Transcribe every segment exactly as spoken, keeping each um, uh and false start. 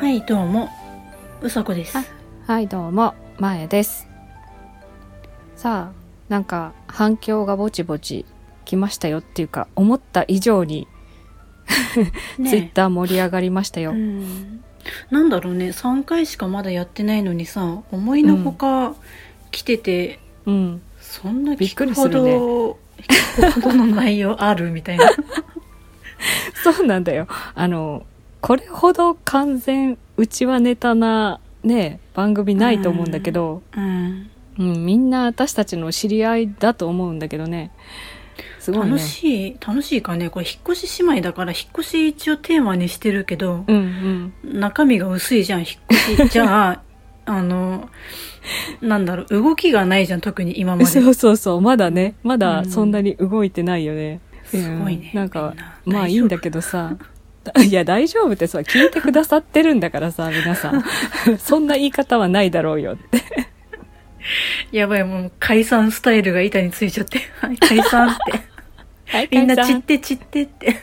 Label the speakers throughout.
Speaker 1: はいどうもうさこです。
Speaker 2: はいどうもまえです。さあなんか反響がぼちぼち来ましたよっていうか思った以上に
Speaker 1: ね、
Speaker 2: ツイッター盛り上がりましたよ。
Speaker 1: うん、なんだろうね、さんかいしかまだやってないのにさ、思いのほか来てて、
Speaker 2: うん、
Speaker 1: そんな
Speaker 2: びっ
Speaker 1: 聞くほ
Speaker 2: くりするね。
Speaker 1: ど、聞くほどの内容あるみたいな
Speaker 2: そうなんだよ。あのこれほど完全うちはネタなね番組ないと思うんだけど、
Speaker 1: うん
Speaker 2: うんうん、みんな私たちの知り合いだと思うんだけどね。すごいね。
Speaker 1: 楽しい楽しいかね。これ引っ越し姉妹だから引っ越し一応テーマにしてるけど、
Speaker 2: うんうん、
Speaker 1: 中身が薄いじゃん引っ越しじゃああのなんだろう動きがないじゃん特に今まで。
Speaker 2: そうそうそうまだねまだそんなに動いてないよね。
Speaker 1: うん、すごいね。
Speaker 2: なんか
Speaker 1: みんな
Speaker 2: まあいいんだけどさいや大丈夫ってさ聞いてくださってるんだからさ皆さんそんな言い方はないだろうよって
Speaker 1: やばいもう解散スタイルが板についちゃってはい解散ってはいみんな散って散ってって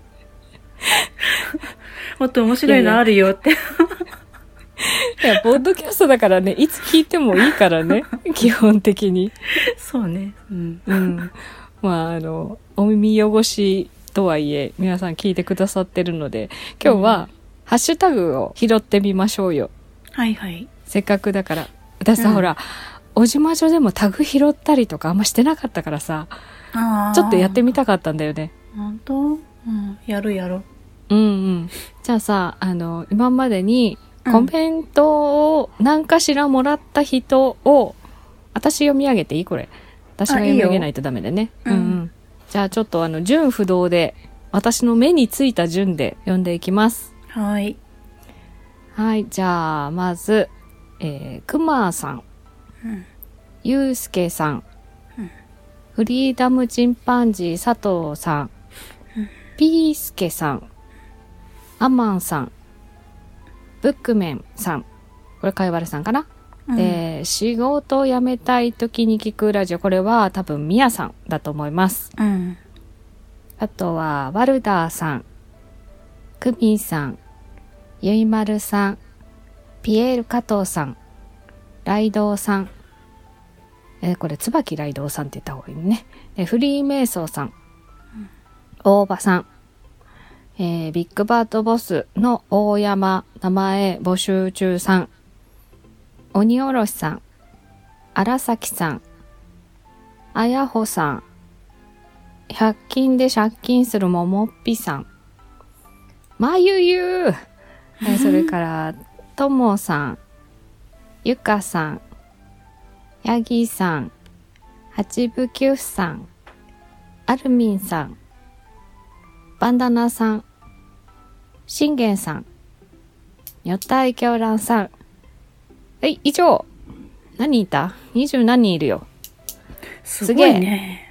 Speaker 1: もっと面白いのあるよってい
Speaker 2: やいやポッドキャストだからねいつ聞いてもいいからね基本的に
Speaker 1: そうねうん、
Speaker 2: うん、まああのお耳汚しとはいえ皆さん聞いてくださってるので今日は、うん、ハッシュタグを拾ってみましょうよ。
Speaker 1: はいはい
Speaker 2: せっかくだから私さ、うん、ほらおじまじょでもタグ拾ったりとかあんましてなかったからさ
Speaker 1: あ
Speaker 2: ちょっとやってみたかったんだよね。
Speaker 1: 本当、うん、やるやる。
Speaker 2: うんうんじゃあさあの今までにコメントを何かしらもらった人を、うん、私読み上げていいこれ私が読み上げないとダメでね。いい、うんうん、じゃあちょっとあの順不動で私の目についた順で読んでいきます。
Speaker 1: はい
Speaker 2: はいじゃあまず、えー、くまさん、うん、ゆうすけさん、うん、フリーダムチンパンジー佐藤さん、うん、ピースケさん、アマンさん、ブックメンさん、これかいわれさんかな、うん、で仕事を辞めたい時に聞くラジオ、これは多分みやさんだと思います、うん、あとはワルダーさん、クミンさん、ゆいまるさん、ピエール加藤さん、ライドウさん、えー、これ椿ライドウさんって言った方がいいね。でフリーメイソーさん、うん、大場さん、えー、ビッグバッドボスの大山名前募集中さん、鬼おろしさん、荒崎さん、あやほさん、ひゃく均で借金するももっぴさん、まゆゆー、えー、それからともさん、ゆかさん、やぎさん、八部九さん、アルミンさん、バンダナさん、信玄さん、女体狂乱さん。はい、以上。何人いた？二十何人いるよ。
Speaker 1: すごいね。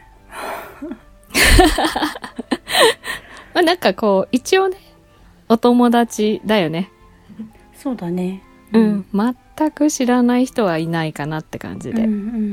Speaker 2: まあなんかこう、一応ね、お友達だよね。
Speaker 1: そうだね。
Speaker 2: うん、うん、全く知らない人はいないかなって感じで。うんうんうんうん。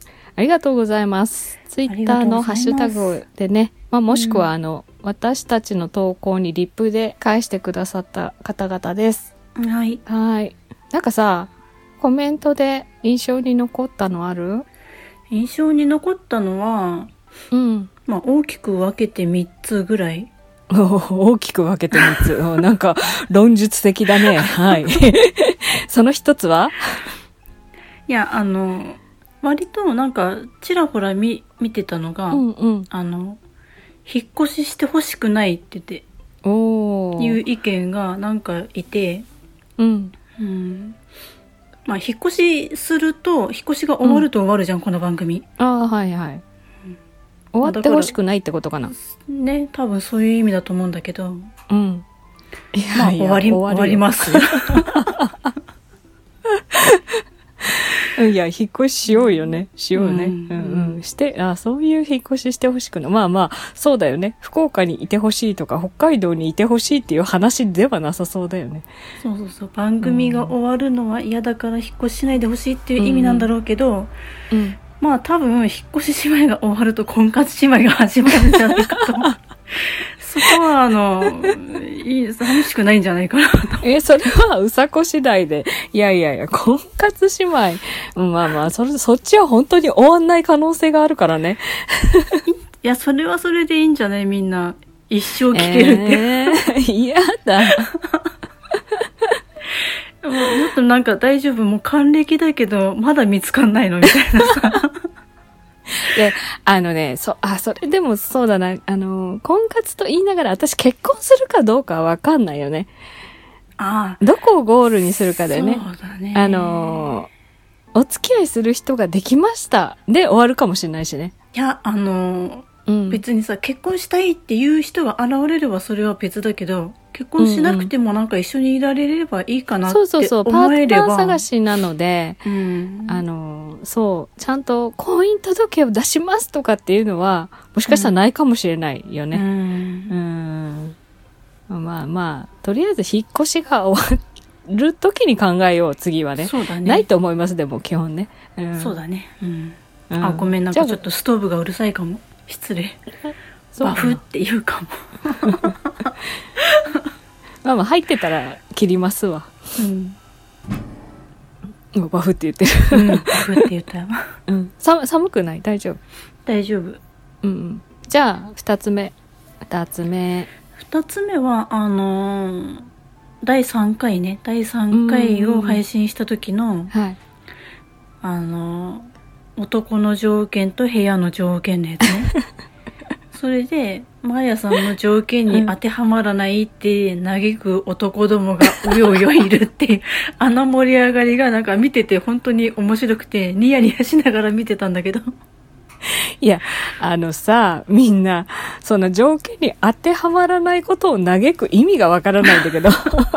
Speaker 2: ありがとうございます。ツイッターのハッシュタグでね、まあ、もしくはあの、うん、私たちの投稿にリップで返してくださった方々です。
Speaker 1: はい。
Speaker 2: はい。なんかさ、コメントで印象に残ったのある？
Speaker 1: 印象に残ったのは、うん。まあ大きく分けてみっつぐらい。
Speaker 2: 大きく分けてみっつ。なんか論述的だね。はい。その一つは？
Speaker 1: いや、あの、割となんかちらほら見、見てたのが、うんうん、あの、引っ越ししてほしくないって言って、おいう意見がなんかいて、うん。うん、まあ引っ越しすると、引っ越しが終わると終わるじゃん、うん、この番組。
Speaker 2: ああ、はいはい。うん、終わってほしくないってことかな。
Speaker 1: ね、多分そういう意味だと思うんだけど。うん。
Speaker 2: いやいや
Speaker 1: まあ終わり、終わります。
Speaker 2: いや、引っ越ししようよね。しようね。うん、うんうん、して、あ、そういう引っ越ししてほしくない。まあまあ、そうだよね。福岡にいてほしいとか、北海道にいてほしいっていう話ではなさそうだよね。
Speaker 1: そうそうそう。番組が終わるのは嫌だから引っ越ししないでほしいっていう意味なんだろうけど、うんうん、まあ多分、引っ越し姉妹が終わると婚活姉妹が始まるんじゃないかと。そそこは、あの、いい、寂しくないんじゃないかなと。
Speaker 2: え、それはうさこ次第で。いやいやいや、婚活姉妹。まあまあ、それ、そっちは本当に終わんない可能性があるからね。
Speaker 1: いや、それはそれでいいんじゃないみんな。一生聞けるって。
Speaker 2: えー、嫌だ。
Speaker 1: もうもっとなんか大丈夫、もう還暦だけど、まだ見つかんないのみたいなさ。
Speaker 2: で、あのね、そ、あ、それでもそうだな、あの、婚活と言いながら私結婚するかどうかはわかんないよね。
Speaker 1: あ
Speaker 2: あ。どこをゴールにするかだよね。
Speaker 1: そうだね。
Speaker 2: あの、お付き合いする人ができました。で終わるかもしれないしね。
Speaker 1: いや、あの、うん、別にさ、結婚したいっていう人が現れればそれは別だけど、結婚しなくてもなんか一緒にいられればいいかなって思えれば。そうそうそう、パートナー
Speaker 2: 探しなので、
Speaker 1: うん、
Speaker 2: あの、そう、ちゃんと婚姻届を出しますとかっていうのは、もしかしたらないかもしれないよね。
Speaker 1: うん。
Speaker 2: うんまあまあ、とりあえず引っ越しが終わる時に考えよう、次はね。
Speaker 1: そうだね。
Speaker 2: ないと思います、でも基本ね。
Speaker 1: うん、そうだね。うんうん、あ、ごめん、なんかちょっとストーブがうるさいかも。失礼。バフって言うかも。
Speaker 2: まあまあ入ってたら切りますわ。うん。バフって言ってる。
Speaker 1: うん、バフって言ったよ。
Speaker 2: うん。さ寒くない？大丈夫？
Speaker 1: 大丈夫。
Speaker 2: うんうん。じゃあ二つ目。二つ目。
Speaker 1: 二つ目はあのー、だいさんかいね。だいさんかいを配信した時の、
Speaker 2: はい。
Speaker 1: あのー。男の条件と部屋の条件のやつね。それで、マーヤさんの条件に当てはまらないって嘆く男どもがうようよいるっていう、あの盛り上がりがなんか見てて本当に面白くて、ニヤニヤしながら見てたんだけど。
Speaker 2: いや、あのさ、みんな、その条件に当てはまらないことを嘆く意味がわからないんだけど。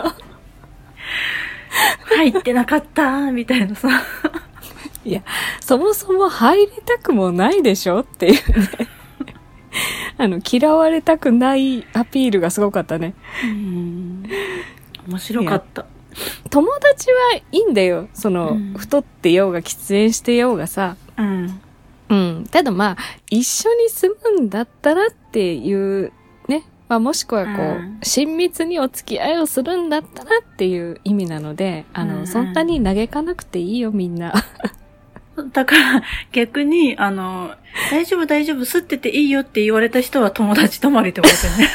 Speaker 1: 入ってなかったみたいなさ。
Speaker 2: いや、そもそも入りたくもないでしょっていうね。あの、嫌われたくないアピールがすごかったね。
Speaker 1: うん。面白かった。
Speaker 2: 友達はいいんだよ。その、うん、太ってようが喫煙してようがさ。
Speaker 1: うん。
Speaker 2: うん。ただまあ、一緒に住むんだったらっていうね。まあもしくはこう、うん、親密にお付き合いをするんだったらっていう意味なので、あの、うん、そんなに嘆かなくていいよ、みんな。
Speaker 1: だから逆に、あの、大丈夫大丈夫、吸ってていいよって言われた人は友達泊まりってことね。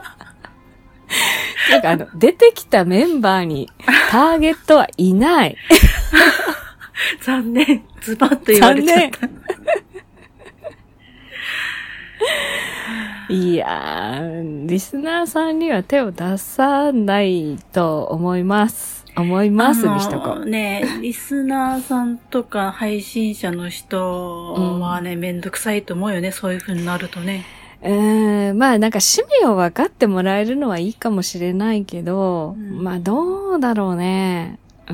Speaker 2: なんかあの、出てきたメンバーにターゲットはいない。
Speaker 1: 残念。ズバッと言われちゃった。
Speaker 2: いやー、リスナーさんには手を出さないと思います。思いますにしとこう。
Speaker 1: ね、リスナーさんとか配信者の人はね、うん、めんどくさいと思うよね、そういう風になるとね。
Speaker 2: うーん、まあなんか趣味を分かってもらえるのはいいかもしれないけど、うん、まあどうだろうね。うん。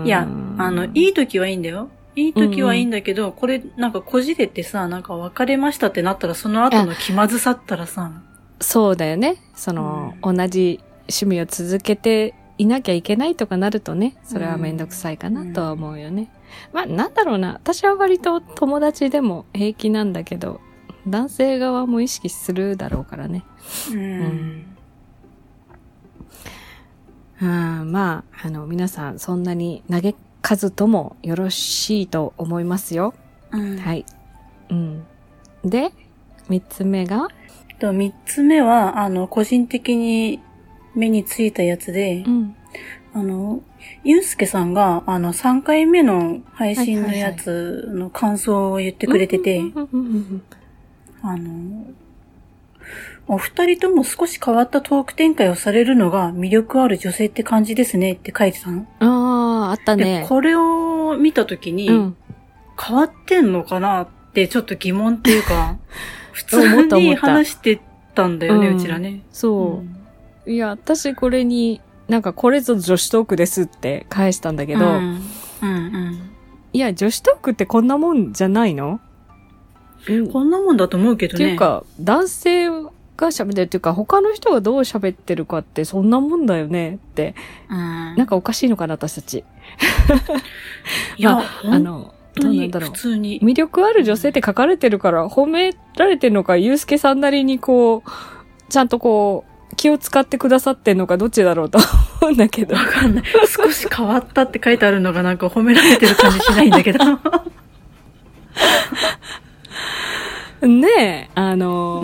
Speaker 1: いや、あの、いい時はいいんだよ。いい時はいいんだけど、うん、これなんかこじれてさ、なんか別れましたってなったらその後の気まずさったらさ。
Speaker 2: そうだよね。その、うん、同じ趣味を続けていなきゃいけないとかなるとね、それはめんどくさいかなとは思うよね。うん、まあなんだろうな、私は割と友達でも平気なんだけど、男性側も意識するだろうからね。
Speaker 1: うん。
Speaker 2: うん、まあ、あの、皆さんそんなに嘆かずともよろしいと思いますよ。
Speaker 1: うん、
Speaker 2: はい。うん。で、三つ目が
Speaker 1: 三つ目は、あの、個人的に目についたやつで、
Speaker 2: うん、あ
Speaker 1: の、ゆうすけさんが、あの、さんかいめの配信のやつの感想を言ってくれてて、あの、お二人とも少し変わったトーク展開をされるのが魅力ある女性って感じですねって書いてたの。
Speaker 2: ああ、あったね。
Speaker 1: これを見たときに、うん、変わってんのかなってちょっと疑問っていうか、普通に話してたんだよね、うん、うちらね。
Speaker 2: そう、うん。いや、私これに、なんかこれぞ女子トークですって返したんだけど、
Speaker 1: うん、うんうん
Speaker 2: いや、女子トークってこんなもんじゃないの？
Speaker 1: こんなもんだと思うけどね。
Speaker 2: っていうか、男性が喋ってるっていうか、他の人がどう喋ってるかってそんなもんだよねって、
Speaker 1: うん、
Speaker 2: なんかおかしいのかな、私たち。
Speaker 1: いや、
Speaker 2: まあ、あの、どうなんだろう。
Speaker 1: 普通に。
Speaker 2: 魅力ある女性って書かれてるから、褒められてるのか、ゆうすけさんなりにこう、 ちゃんとこう、気を使ってくださってんのかどっちだろうと思うんだけど。
Speaker 1: わかんない。少し変わったって書いてあるのがなんか褒められてる感じしないんだけど。
Speaker 2: ねえ、あの、
Speaker 1: うん。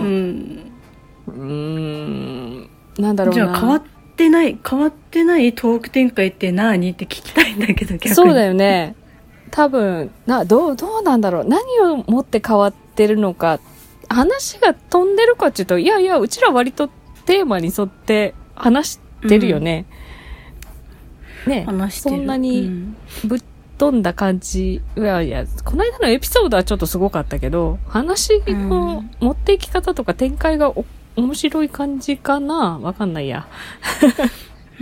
Speaker 2: うーん、なんだろうな。
Speaker 1: じゃあ変わってない、変わってないトーク展開って何って聞きたいんだけど、逆に。
Speaker 2: そうだよね。多分、な、どう、どうなんだろう。何をもって変わってるのか。話が飛んでるかっていうと、いやいや、うちら割とテーマに沿って話してるよね。うん、ね
Speaker 1: 話してる。
Speaker 2: そんなにぶっ飛んだ感じ。いやいや、この間のエピソードはちょっとすごかったけど、話の持っていき方とか展開がお面白い感じかな？わかんないや。
Speaker 1: うん、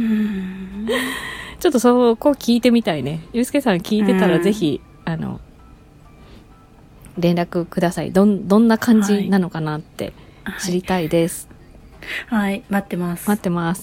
Speaker 2: ちょっとそこ聞いてみたいね。ゆうすけさん聞いてたらぜひ、うん、あの、連絡ください。どん、どんな感じなのかなって知りたいです。
Speaker 1: はい。はい、待ってます。
Speaker 2: 待ってます。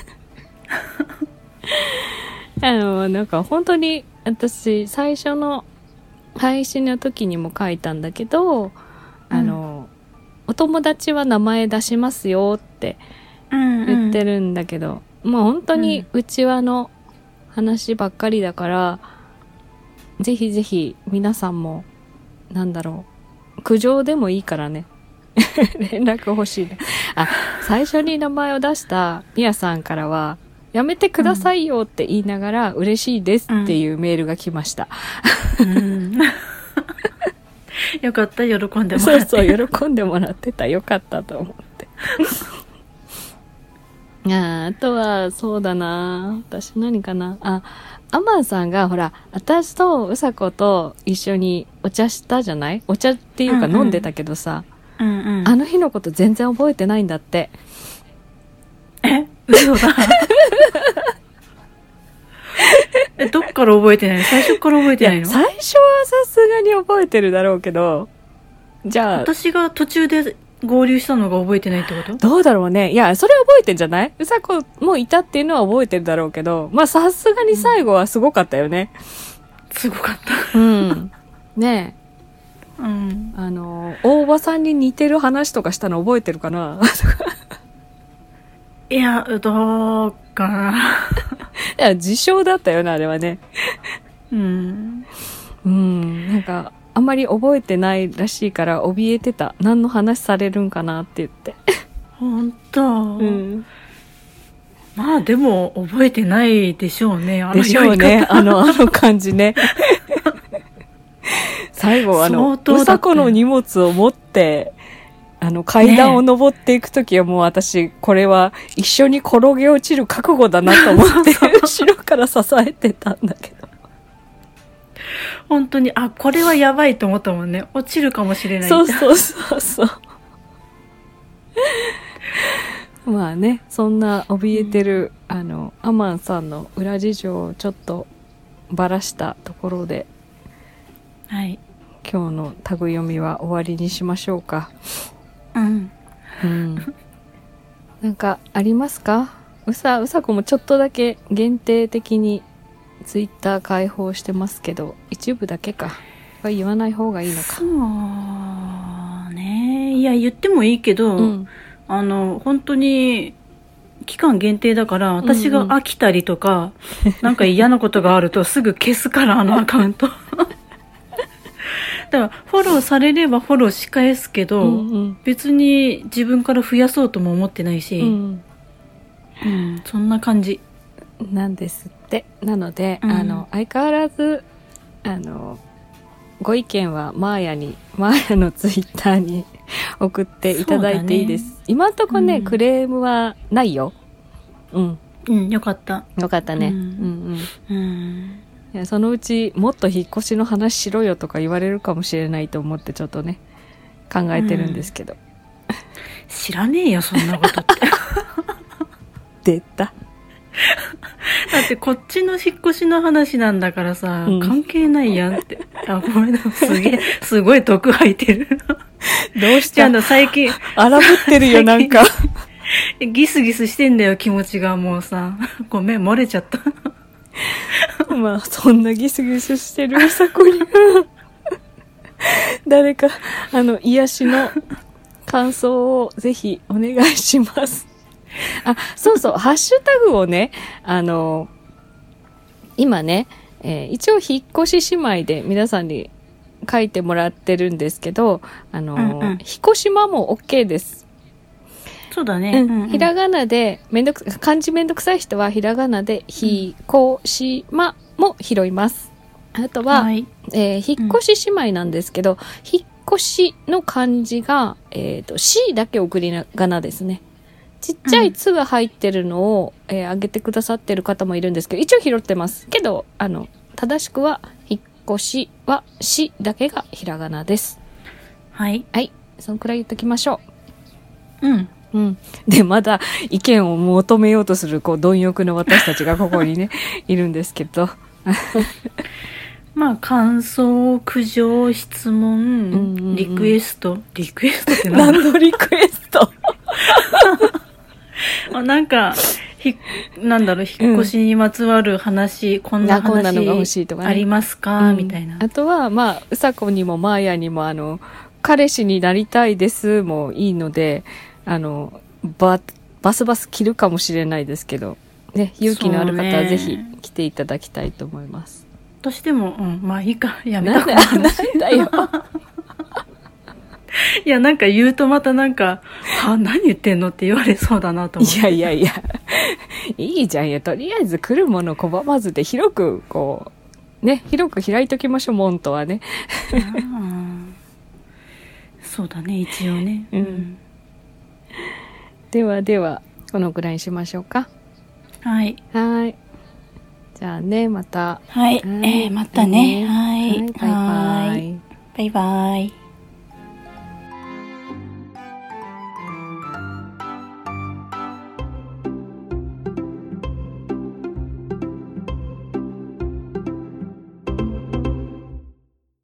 Speaker 2: あの、なんか本当に私、最初の配信の時にも書いたんだけど、うん、あの、お友達は名前出しますよって言ってるんだけど、うんうん、まあ本当にうちわの話ばっかりだから、うん、ぜひぜひ皆さんもなんだろう。苦情でもいいからね。連絡欲しいね。あ、最初に名前を出したみやさんからは、やめてくださいよって言いながら、うん、嬉しいですっていうメールが来ました。
Speaker 1: うん、よかった、喜んでもらって。
Speaker 2: そうそう、喜んでもらってた。よかったと思って。あ, あとは、そうだな。私何かな。あ、アマンさんがほら、私とうさこと一緒にお茶したじゃない？お茶っていうか飲んでたけどさ、
Speaker 1: うんうんうん、
Speaker 2: あの日のこと全然覚えてないんだって。
Speaker 1: え？嘘だ。え、どっから覚えてないの？最初から覚えてないの？
Speaker 2: 最初はさすがに覚えてるだろうけど、じゃあ。
Speaker 1: 私が途中で合流したのが覚えてないってこと？
Speaker 2: どうだろうね。いや、それ覚えてんじゃない？うさこもいたっていうのは覚えてるだろうけど、まあさすがに最後はすごかったよね。
Speaker 1: うん、すごかった。
Speaker 2: うん。ね
Speaker 1: え。うん。
Speaker 2: あの、大場さんに似てる話とかしたの覚えてるかな？
Speaker 1: いや、どうかな。
Speaker 2: いや、自称だったよね、あれはね。
Speaker 1: うん。
Speaker 2: うん、なんか、あんまり覚えてないらしいから怯えてた。何の話されるんかなって言って。
Speaker 1: ほんと、
Speaker 2: うん、
Speaker 1: まあでも覚えてないでしょうね。
Speaker 2: あのでしょうね。あの、あの感じね。最後あの、うさこの荷物を持って、あの階段を登っていくときはもう私、これは一緒に転げ落ちる覚悟だなと思って、後ろから支えてたんだけど。
Speaker 1: 本当に、あ、これはやばいと思ったもんね。落ちるかもしれない。
Speaker 2: そうそうそうそう。まあね、そんな怯えてる、うん、あの、アマンさんの裏事情をちょっとばらしたところで、
Speaker 1: はい。
Speaker 2: 今日のタグ読みは終わりにしましょうか。
Speaker 1: うん。
Speaker 2: うん。なんかありますか？うさ、うさこもちょっとだけ限定的にツイッター開放してますけど、一部だけか。は言わない方がいいのか。
Speaker 1: そうね。いや、言ってもいいけど、うん、あの、本当に、期間限定だから、私が飽きたりとか、うんうん、なんか嫌なことがあるとすぐ消すから、あのアカウント。だからフォローされればフォローし返すけど、うんうん、別に自分から増やそうとも思ってないし、うんうん、そんな感じ
Speaker 2: なんですって。なので、うん、あの相変わらずあのご意見はマーヤにマーヤのツイッターに送っていただいていいです。ね、今んとこね、うん、クレームはないよ。うん
Speaker 1: うん、よかった
Speaker 2: よかったね。うんうんうん。うんいやそのうちもっと引っ越しの話しろよとか言われるかもしれないと思ってちょっとね考えてるんですけど、うん、
Speaker 1: 知らねえよそんなことって
Speaker 2: 出た
Speaker 1: だってこっちの引っ越しの話なんだからさ、うん、関係ないやんってあごめんなすげえすごい毒吐いてる
Speaker 2: どうした
Speaker 1: の最近
Speaker 2: 荒ぶってるよなんか
Speaker 1: ギスギスしてんだよ気持ちがもうさごめん漏れちゃった
Speaker 2: まあそんなギスギスしてるうさこに誰かあの癒しの感想をぜひお願いします。あ、そうそう、ハッシュタグをね、あの、今ね、えー、一応引っ越し姉妹で皆さんに書いてもらってるんですけど、あの、うんうん、引っ越しまも OK です。
Speaker 1: そうだね。
Speaker 2: うんうん、ひらがなで、めんどく、漢字めんどくさい人はひらがなで、ひこしまも拾います。あとは、はい、えー、引っ越し姉妹なんですけど、うん、引っ越しの漢字が、えっと、しだけ送り仮名ですね。ちっちゃいつが入ってるのを、うん、えー、上げてくださってる方もいるんですけど、一応拾ってます。けど、あの、正しくは、引っ越しはしだけがひらがなです。
Speaker 1: はい。
Speaker 2: はい。そのくらい言っときましょ
Speaker 1: う。うん。
Speaker 2: うん。で、まだ意見を求めようとする、こう、貪欲の私たちがここにね、いるんですけど。
Speaker 1: まあ、感想、苦情、質問、うんうんうん、リクエスト。リクエストって何だ
Speaker 2: 何のリクエスト
Speaker 1: あなんか、ひ、なんだろう、引っ越しにまつわる話、うん、こんな話
Speaker 2: が欲しいとか、ね、
Speaker 1: ありますか、うん、みたいな。
Speaker 2: あとは、まあ、うさこにもまーやにも、あの、彼氏になりたいですもいいので、あの、バ、バスバス着るかもしれないですけど、ね、勇気のある方はぜひ来ていただきたいと思います。
Speaker 1: としても、うん、まあいいか、やめたか
Speaker 2: な。なんだよ。
Speaker 1: いや、なんか言うとまたなんか、は、何言ってんのって言われそうだなと思って。
Speaker 2: いやいやいや、いいじゃんよ。とりあえず来るもの拒まずで広く、こう、ね、広く開いときましょう、門とはね。
Speaker 1: そうだね、一応ね。
Speaker 2: うん。ではでは、このくらいにしましょうか。
Speaker 1: はい。
Speaker 2: はい。じゃあね、また。
Speaker 1: はい。はい、えー、またね。はい。
Speaker 2: はい。バイバイ。
Speaker 1: バイバイ。